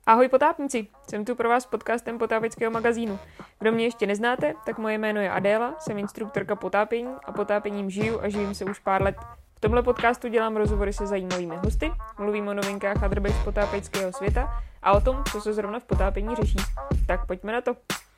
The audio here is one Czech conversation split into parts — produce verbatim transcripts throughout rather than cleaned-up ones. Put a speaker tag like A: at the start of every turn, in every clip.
A: Ahoj potápníci, jsem tu pro vás s podcastem potápěckého magazínu. Kdo mě ještě neznáte, tak moje jméno je Adéla, jsem instruktorka potápění a potápěním žiju a živím se už pár let. V tomhle podcastu dělám rozhovory se zajímavými hosty, mluvím o novinkách a drbech z potápěckého světa a o tom, co se zrovna v potápění řeší. Tak pojďme na to.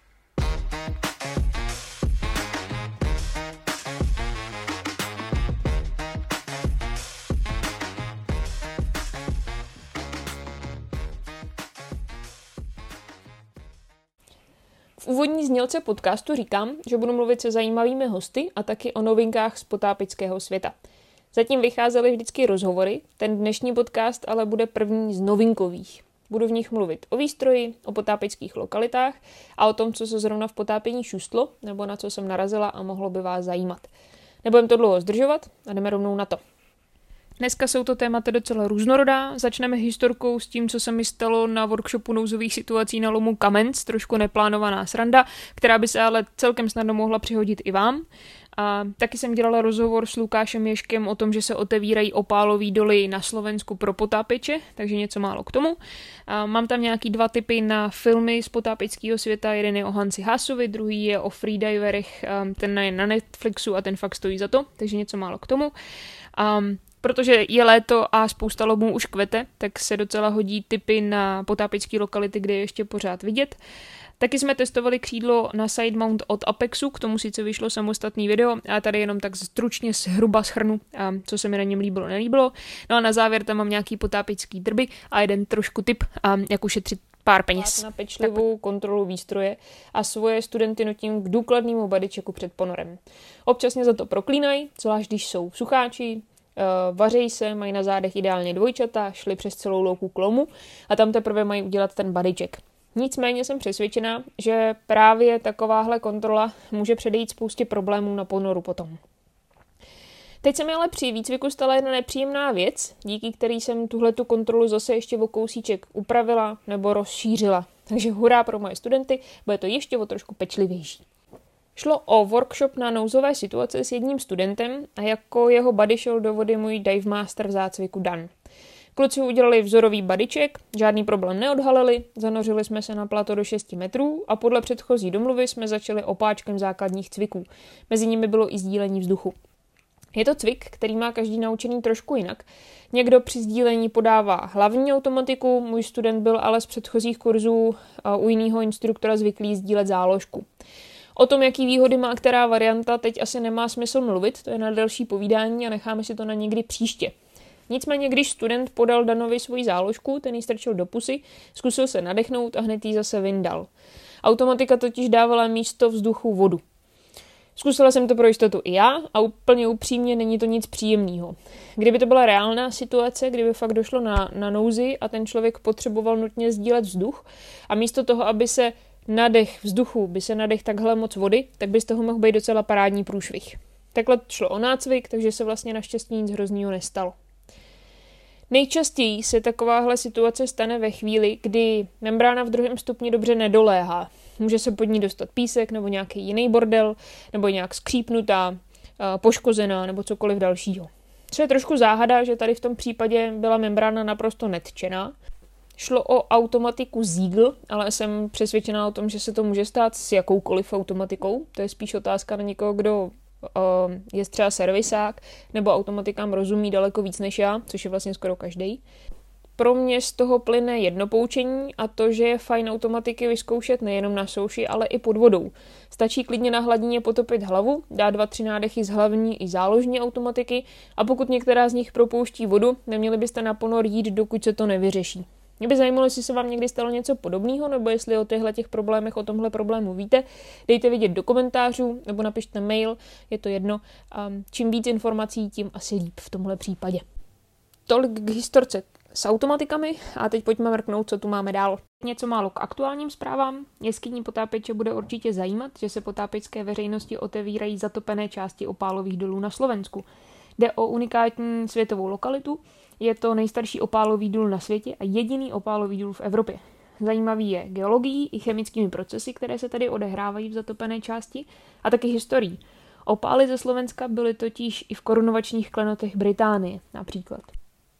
A: V úvodní znělce podcastu říkám, že budu mluvit se zajímavými hosty a taky o novinkách z potápěckého světa. Zatím vycházely vždycky rozhovory, ten dnešní podcast ale bude první z novinkových. Budu v nich mluvit o výstroji, o potápěckých lokalitách a o tom, co se zrovna v potápění šustlo, nebo na co jsem narazila a mohlo by vás zajímat. Nebudem to dlouho zdržovat a jdeme rovnou na to. Dneska jsou to témata docela různorodá. Začneme historkou s tím, co se mi stalo na workshopu nouzových situací na lomu Kamenc, trošku neplánovaná sranda, která by se ale celkem snadno mohla přihodit i vám. A taky jsem dělala rozhovor s Lukášem Ježkem o tom, že se otevírají opálový doly na Slovensku pro potápěče, takže něco málo k tomu. A mám tam nějaký dva tipy na filmy z potápěckého světa, jeden je o Hansi Haasovi, druhý je o freediverech, ten je na Netflixu a ten fakt stojí za to, takže něco málo k tomu. A protože je léto a spousta lomů už kvete, tak se docela hodí tipy na potápěcké lokality, kde je ještě pořád vidět. Taky jsme testovali křídlo na side mount od Apexu, k tomu sice vyšlo samostatný video, a tady jenom tak stručně zhruba shrnu, co se mi na něm líbilo, nelíbilo. No a na závěr tam mám nějaký potápěcký drby a jeden trošku tip, jak ušetřit pár peněz. Na pečlivou kontrolu výstroje a svoje studenty nutím k důkladnému bodychecku před ponorem. Občas mě za to proklínají, zvlášť když jsou sucháči, Uh, vařejí se, mají na zádech ideálně dvojčata, šli přes celou louku k lomu a tam teprve mají udělat ten bodycheck. Nicméně jsem přesvědčená, že právě takováhle kontrola může předejít spoustě problémů na ponoru potom. Teď se mi ale při výcviku stala jedna nepříjemná věc, díky který jsem tuhletu kontrolu zase ještě o kousíček upravila nebo rozšířila. Takže hurá pro moje studenty, bude to ještě o trošku pečlivější. Šlo o workshop na nouzové situace s jedním studentem a jako jeho buddy šel do vody můj dive master v zácviku Dan. Kluci udělali vzorový bodycheck, žádný problém neodhalili, zanořili jsme se na plato do šesti metrů a podle předchozí domluvy jsme začali opáčkem základních cviků. Mezi nimi bylo i sdílení vzduchu. Je to cvik, který má každý naučený trošku jinak. Někdo při sdílení podává hlavní automatiku, můj student byl ale z předchozích kurzů u jiného instruktora zvyklý sdílet záložku. O tom, jaký výhody má která varianta, teď asi nemá smysl mluvit, to je na další povídání a necháme si to na někdy příště. Nicméně, když student podal Danovi svoji záložku, ten ji strčil do pusy, zkusil se nadechnout a hned ji zase vyndal. Automatika totiž dávala místo vzduchu vodu. Zkusila jsem to pro jistotu i já a úplně upřímně není to nic příjemného. Kdyby to byla reálná situace, kdyby fakt došlo na, na nouzi a ten člověk potřeboval nutně sdílet vzduch a místo toho, aby se nadech vzduchu, by se nadech takhle moc vody, tak by z toho mohl být docela parádní průšvih. Takhle šlo o nácvik, takže se vlastně naštěstí nic hroznýho nestalo. Nejčastěji se takováhle situace stane ve chvíli, kdy membrána v druhém stupni dobře nedoléhá. Může se pod ní dostat písek nebo nějaký jiný bordel, nebo nějak skřípnutá, poškozená nebo cokoliv dalšího. Co je trošku záhada, že tady v tom případě byla membrána naprosto netčená. Šlo o automatiku Ziegl, ale jsem přesvědčená o tom, že se to může stát s jakoukoliv automatikou. To je spíš otázka na někoho, kdo uh, je třeba servisák nebo automatikám rozumí daleko víc než já, což je vlastně skoro každý. Pro mě z toho plyne jedno poučení a to, že je fajn automatiky vyzkoušet nejenom na souši, ale i pod vodou. Stačí klidně na hladině potopit hlavu, dát dva, tři nádechy z hlavní i záložní automatiky a pokud některá z nich propouští vodu, neměli byste na ponor jít, dokud se to nevyřeší. Mě by zajímalo, jestli se vám někdy stalo něco podobného, nebo jestli o těchto těch problémech, o tomhle problému víte. Dejte vědět do komentářů, nebo napište mail, je to jedno. Čím víc informací, tím asi líp v tomhle případě. Tolik k historce s automatikami a teď pojďme mrknout, co tu máme dál. Něco málo k aktuálním zprávám. Jeskyní potápěče bude určitě zajímat, že se potápěčské veřejnosti otevírají zatopené části opálových dolů na Slovensku. Jde o unikátní světovou lokalitu. Je to nejstarší opálový důl na světě a jediný opálový důl v Evropě. Zajímavý je geologií i chemickými procesy, které se tady odehrávají v zatopené části, a taky historií. Opály ze Slovenska byly totiž i v korunovačních klenotech Británie například.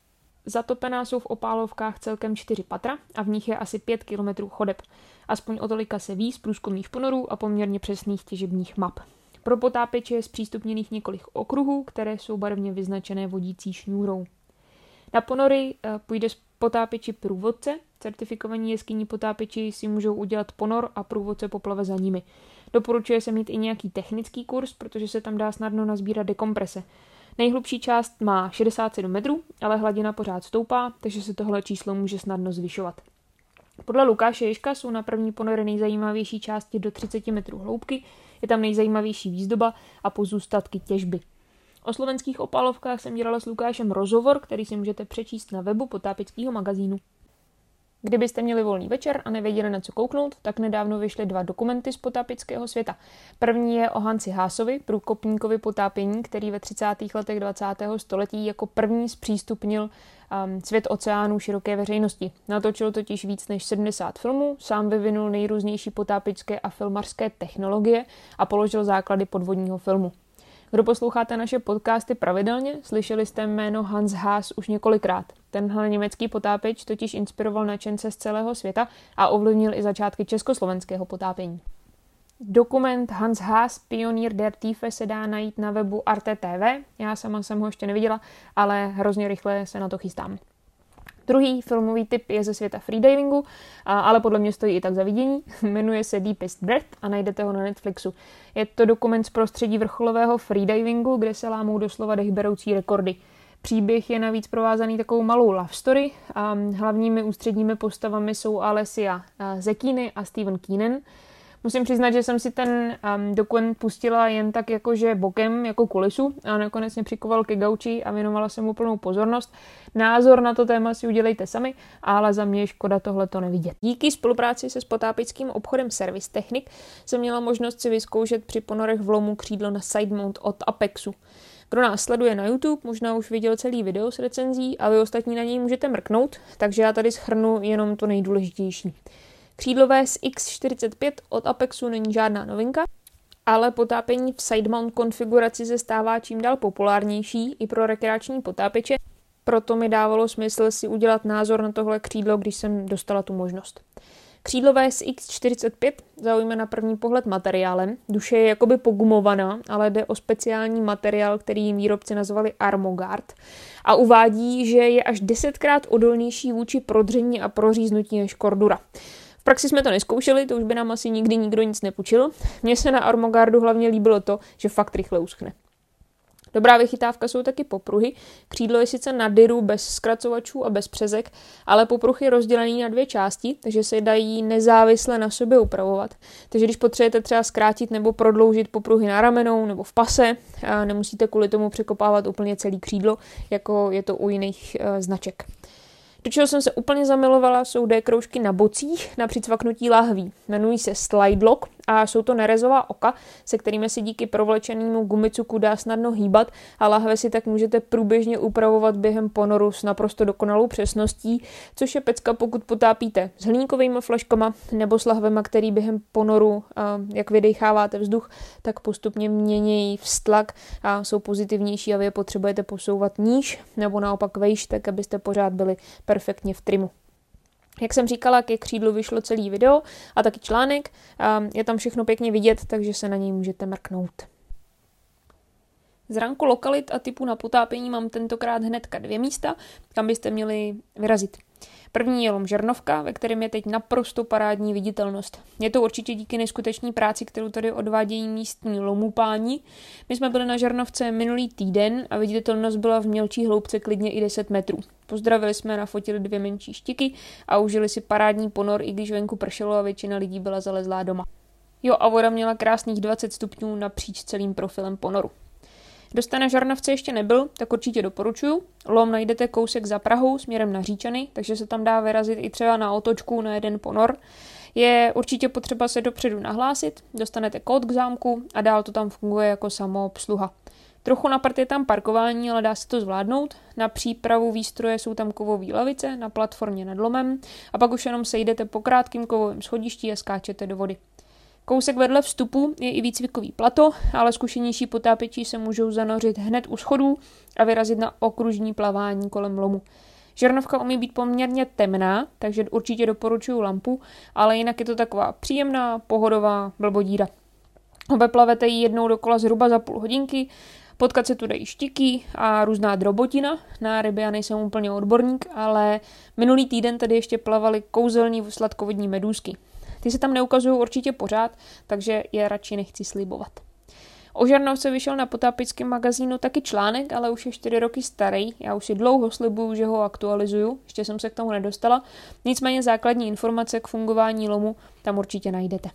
A: Zatopená jsou v Opálovkách celkem čtyři patra a v nich je asi pět kilometrů chodeb. Aspoň o tolika se ví z průzkumných ponorů a poměrně přesných těžebních map. Pro potápěče je zpřístupněných několik okruhů, které jsou barevně vyznačené vodící šňůrou. Na ponory půjde z potápěči průvodce. Certifikovaní jeskynní potápěči si můžou udělat ponor a průvodce poplave za nimi. Doporučuje se mít i nějaký technický kurz, protože se tam dá snadno nazbírat dekomprese. Nejhlubší část má šedesát sedm metrů, ale hladina pořád stoupá, takže se tohle číslo může snadno zvyšovat. Podle Lukáše Ježka jsou na první ponory nejzajímavější části do třicet metrů hloubky, je tam nejzajímavější výzdoba a pozůstatky těžby. O slovenských Opálovkách jsem dělala s Lukášem rozhovor, který si můžete přečíst na webu Potápěckého magazínu. Kdybyste měli volný večer a nevěděli, na co kouknout, tak nedávno vyšly dva dokumenty z potápěckého světa. První je o Hansi Haasovi, průkopníkovi potápění, který ve třicátých letech dvacátého století jako první zpřístupnil um, svět oceánů široké veřejnosti. Natočil totiž víc než sedmdesát filmů, sám vyvinul nejrůznější potápěčské a filmařské technologie a položil základy podvodního filmu. Kdo posloucháte naše podcasty pravidelně, slyšeli jste jméno Hans Haas už několikrát. Tenhle německý potápěč totiž inspiroval nadšence z celého světa a ovlivnil i začátky československého potápění. Dokument Hans Haas, Pionier der Tiefe, se dá najít na webu Arte T V. Já sama jsem ho ještě neviděla, ale hrozně rychle se na to chystám. Druhý filmový typ je ze světa freedivingu, ale podle mě stojí i tak za vidění. Jmenuje se Deepest Breath a najdete ho na Netflixu. Je to dokument z prostředí vrcholového freedivingu, kde se lámou doslova dechberoucí rekordy. Příběh je navíc provázaný takovou malou love story a hlavními ústředními postavami jsou Alessia Zekiny a Steven Keenan. Musím přiznat, že jsem si ten um, dokument pustila jen tak jakože bokem, jako kulisu a nakonec mě přikoval ke gauči a věnovala jsem mu plnou pozornost. Názor na to téma si udělejte sami, ale za mě je škoda tohleto nevidět. Díky spolupráci se potápěckým obchodem Service Technik jsem měla možnost si vyzkoušet při ponorech v lomu křídlo na side mount od Apexu. Kdo nás sleduje na YouTube, možná už viděl celý video s recenzí a vy ostatní na něj můžete mrknout, takže já tady shrnu jenom to nejdůležitější. Křídlové z X čtyřicet pět od Apexu není žádná novinka, ale potápění v side mount konfiguraci se stává čím dál populárnější i pro rekreační potápěče, proto mi dávalo smysl si udělat názor na tohle křídlo, když jsem dostala tu možnost. Křídlové z X čtyřicet pět zaujme na první pohled materiálem. Duše je jakoby pogumovaná, ale jde o speciální materiál, který výrobci nazvali Armogard a uvádí, že je až desetkrát odolnější vůči prodření a proříznutí než kordura. V praxi jsme to neskoušeli, to už by nám asi nikdy nikdo nic nepůjčil. Mně se na Armogardu hlavně líbilo to, že fakt rychle uschne. Dobrá vychytávka jsou taky popruhy. Křídlo je sice na dyru bez zkracovačů a bez přezek, ale popruh je rozdělený na dvě části, takže se dají nezávisle na sobě upravovat. Takže když potřebujete třeba zkrátit nebo prodloužit popruhy na ramenou nebo v pase, nemusíte kvůli tomu překopávat úplně celý křídlo, jako je to u jiných e, značek. Do čeho jsem se úplně zamilovala, jsou D-kroužky na bocích na přicvaknutí lahví. Jmenují se Slide Lock a jsou to nerezová oka, se kterými si díky provlečenému gumicuku dá snadno hýbat a lahve si tak můžete průběžně upravovat během ponoru s naprosto dokonalou přesností, což je pecka, pokud potápíte s hliníkovými flaškama nebo s lahvema, který během ponoru, jak vydecháváte vzduch, tak postupně měnějí vztlak a jsou pozitivnější a vy je potřebujete posouvat níž nebo naopak vejš, tak abyste pořád byli perfektně v trimu. Jak jsem říkala, ke křídlu vyšlo celý video a taky článek. Je tam všechno pěkně vidět, takže se na něj můžete mrknout. Z ranku lokalit a typu na potápění mám tentokrát hnedka dvě místa, kam byste měli vyrazit. První je lom Žernovka, ve kterém je teď naprosto parádní viditelnost. Je to určitě díky neskutečné práci, kterou tady odvádějí místní lomupáni. My jsme byli na Žernovce minulý týden a viditelnost byla v mělčí hloubce klidně i deset metrů. Pozdravili jsme, nafotili dvě menší štiky a užili si parádní ponor, i když venku pršelo a většina lidí byla zalezlá doma. Jo, a voda měla krásných dvacet stupňů napříč celým profilem ponoru. Kdo jste na Žarnovce ještě nebyl, tak určitě doporučuju. Lom najdete kousek za Prahou směrem na Říčany, takže se tam dá vyrazit i třeba na otočku na jeden ponor. Je určitě potřeba se dopředu nahlásit, dostanete kód k zámku a dál to tam funguje jako samoobsluha. Trochu na prd je tam parkování, ale dá se to zvládnout. Na přípravu výstroje jsou tam kovové lavice na platformě nad lomem a pak už jenom sejdete po krátkým kovovém schodišti a skáčete do vody. Kousek vedle vstupu je i výcvikový plato, ale zkušenější potápěči se můžou zanořit hned u schodů a vyrazit na okružní plavání kolem lomu. Žernovka umí být poměrně temná, takže určitě doporučuji lampu, ale jinak je to taková příjemná, pohodová blbodíra. Obeplavete ji jednou dokola zhruba za půl hodinky, potkat se tu dají štiky a různá drobotina. Na ryby já nejsem úplně odborník, ale minulý týden tady ještě plavaly kouzelní sladkovodní medúzky. Ty se tam neukazují určitě pořád, takže je radši nechci slibovat. O žernovce vyšel na potápěčském magazínu taky článek, ale už je čtyři roky starý. Já už si dlouho slibuju, že ho aktualizuju, ještě jsem se k tomu nedostala. Nicméně základní informace k fungování lomu tam určitě najdete.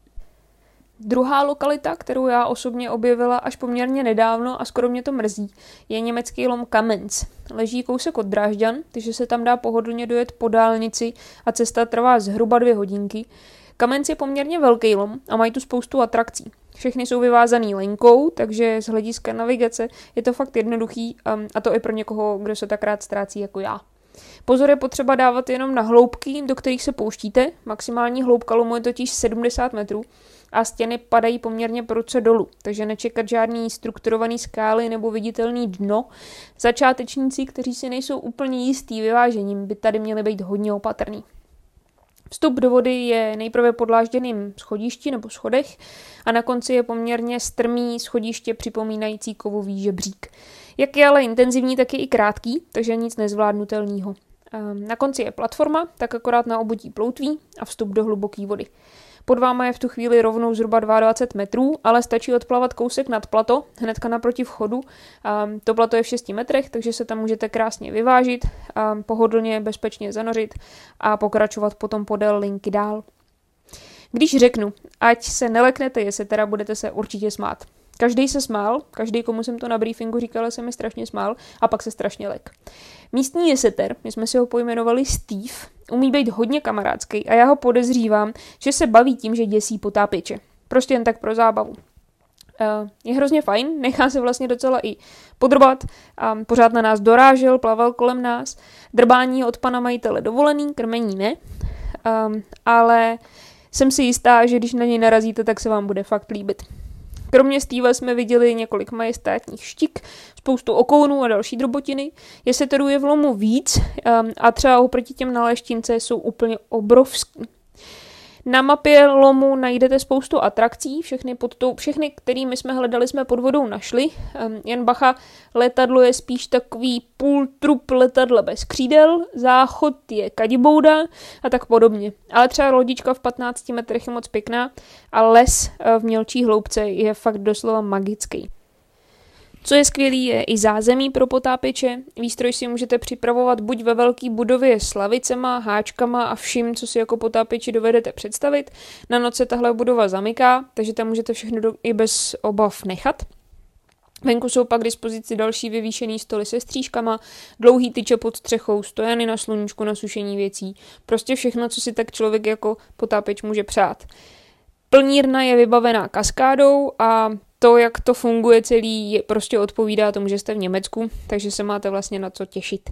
A: Druhá lokalita, kterou já osobně objevila až poměrně nedávno a skoro mě to mrzí, je německý lom Kamenz. Leží kousek od Drážďan, takže se tam dá pohodlně dojet po dálnici a cesta trvá zhruba dvě hodinky. Kamenz je poměrně velký lom a mají tu spoustu atrakcí. Všechny jsou vyvázaný linkou, takže z hlediska navigace je to fakt jednoduchý a to i pro někoho, kdo se tak rád ztrácí jako já. Pozor je potřeba dávat jenom na hloubky, do kterých se pouštíte. Maximální hloubka lomu je totiž sedmdesát metrů a stěny padají poměrně prudce dolů, takže nečekat žádný strukturovaný skály nebo viditelný dno. Začátečníci, kteří si nejsou úplně jistý vyvážením, by tady měli být hodně opatrný. Vstup do vody je nejprve podlážděným schodišti nebo schodech a na konci je poměrně strmý schodiště připomínající kovový žebřík. Jak je ale intenzivní, tak je i krátký, takže nic nezvládnutelného. Na konci je platforma, tak akorát na obutí ploutví a vstup do hluboké vody. Pod váma je v tu chvíli rovnou zhruba dvacet dva metrů, ale stačí odplavat kousek nad plato, hnedka naproti vchodu. To plato je v šesti metrech, takže se tam můžete krásně vyvážit, pohodlně, bezpečně zanořit a pokračovat potom podél linky dál. Když řeknu, ať se neleknete, jestli teda budete se určitě smát. Každý se smál, každý, komu jsem to na briefingu říkala, se mi strašně smál a pak se strašně lek. Místní jeseter, my jsme si ho pojmenovali Steve, umí být hodně kamarádský a já ho podezřívám, že se baví tím, že děsí potápěče. Prostě jen tak pro zábavu. Je hrozně fajn, nechá se vlastně docela i podrbat, pořád na nás dorážel, plaval kolem nás. Drbání je od pana majitele dovolený, krmení ne, ale jsem si jistá, že když na něj narazíte, tak se vám bude fakt líbit. Kromě Steva jsme viděli několik majestátních štik, spoustu okounů a další drobotiny. Jeseterů je v lomu víc um, a třeba oproti těm na Leštince jsou úplně obrovský. Na mapě lomu najdete spoustu atrakcí, všechny, pod tou, všechny kterými jsme hledali, jsme pod vodou našli. Um, jen bacha, letadlo je spíš takový půl trup letadla bez křídel, záchod je kadibouda a tak podobně. Ale třeba lodička v patnácti metrech je moc pěkná a les v mělčí hloubce je fakt doslova magický. Co je skvělý, je i zázemí pro potápěče. Výstroj si můžete připravovat buď ve velké budově s lavicema, háčkama a vším, co si jako potápěči dovedete představit. Na noc se tahle budova zamyká, takže tam můžete všechno do, i bez obav nechat. Venku jsou pak k dispozici další vyvýšený stoly se střížkama, dlouhý tyče pod střechou, stojany na sluníčku na sušení věcí. Prostě všechno, co si tak člověk jako potápěč může přát. Plnírna je vybavená kaskádou a to, jak to funguje celý, je, prostě odpovídá tomu, že jste v Německu, takže se máte vlastně na co těšit.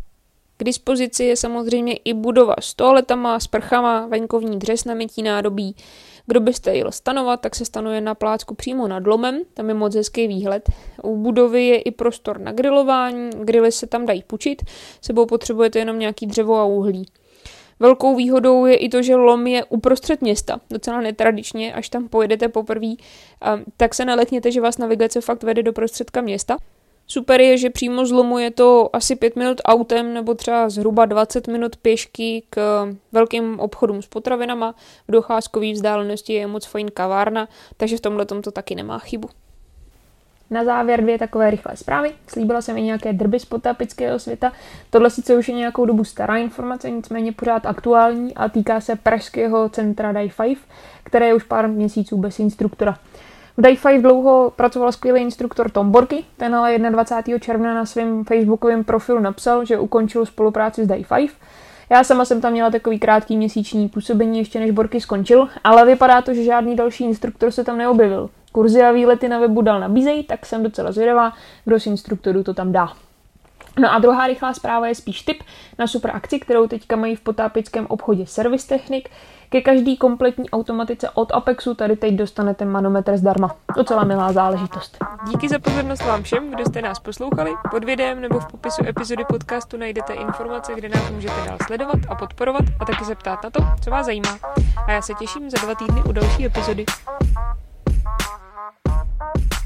A: K dispozici je samozřejmě i budova s toaletama, sprchama, venkovní dřez na mytí nádobí. Kdo byste jel stanovat, tak se stanuje na plácku přímo nad lomem, tam je moc hezký výhled. U budovy je i prostor na grilování, grily se tam dají pučit, sebou potřebujete jenom nějaký dřevo a uhlí. Velkou výhodou je i to, že lom je uprostřed města, docela netradičně, až tam pojedete poprvé, tak se nelekněte, že vás navigace fakt vede do prostředka města. Super je, že přímo z lomu je to asi pět minut autem nebo třeba zhruba dvacet minut pěšky k velkým obchodům s potravinama. V docházkové vzdálenosti je moc fajn kavárna, takže v tomhle to taky nemá chybu. Na závěr dvě takové rychlé zprávy. Slíbila jsem i nějaké drby z potápěčského světa. Tohle sice už je nějakou dobu stará informace, nicméně pořád aktuální a týká se pražského centra Dive pět, které je už pár měsíců bez instruktora. V Dive pět dlouho pracoval skvělý instruktor Tom Borky, ten ale dvacátého prvního června na svém facebookovém profilu napsal, že ukončil spolupráci s Dive pět. Já sama jsem tam měla takový krátký měsíční působení ještě než Borky skončil, ale vypadá to, že žádný další instruktor se tam neobjevil. Kurzy a výlety na webu dál nabízejí, tak jsem docela zvědavá, kdo z instruktorů to tam dá. No a druhá rychlá zpráva je spíš tip na super akci, kterou teďka mají v potápěckém obchodě Service Technik. Ke každý kompletní automatice od Apexu tady teď dostanete manometr zdarma. Docela milá záležitost. Díky za pozornost vám všem, kdo jste nás poslouchali. Pod videem nebo v popisu epizody podcastu najdete informace, kde nás můžete dál sledovat a podporovat a taky se ptát na to, co vás zajímá. A já se těším za dva týdny u další epizody.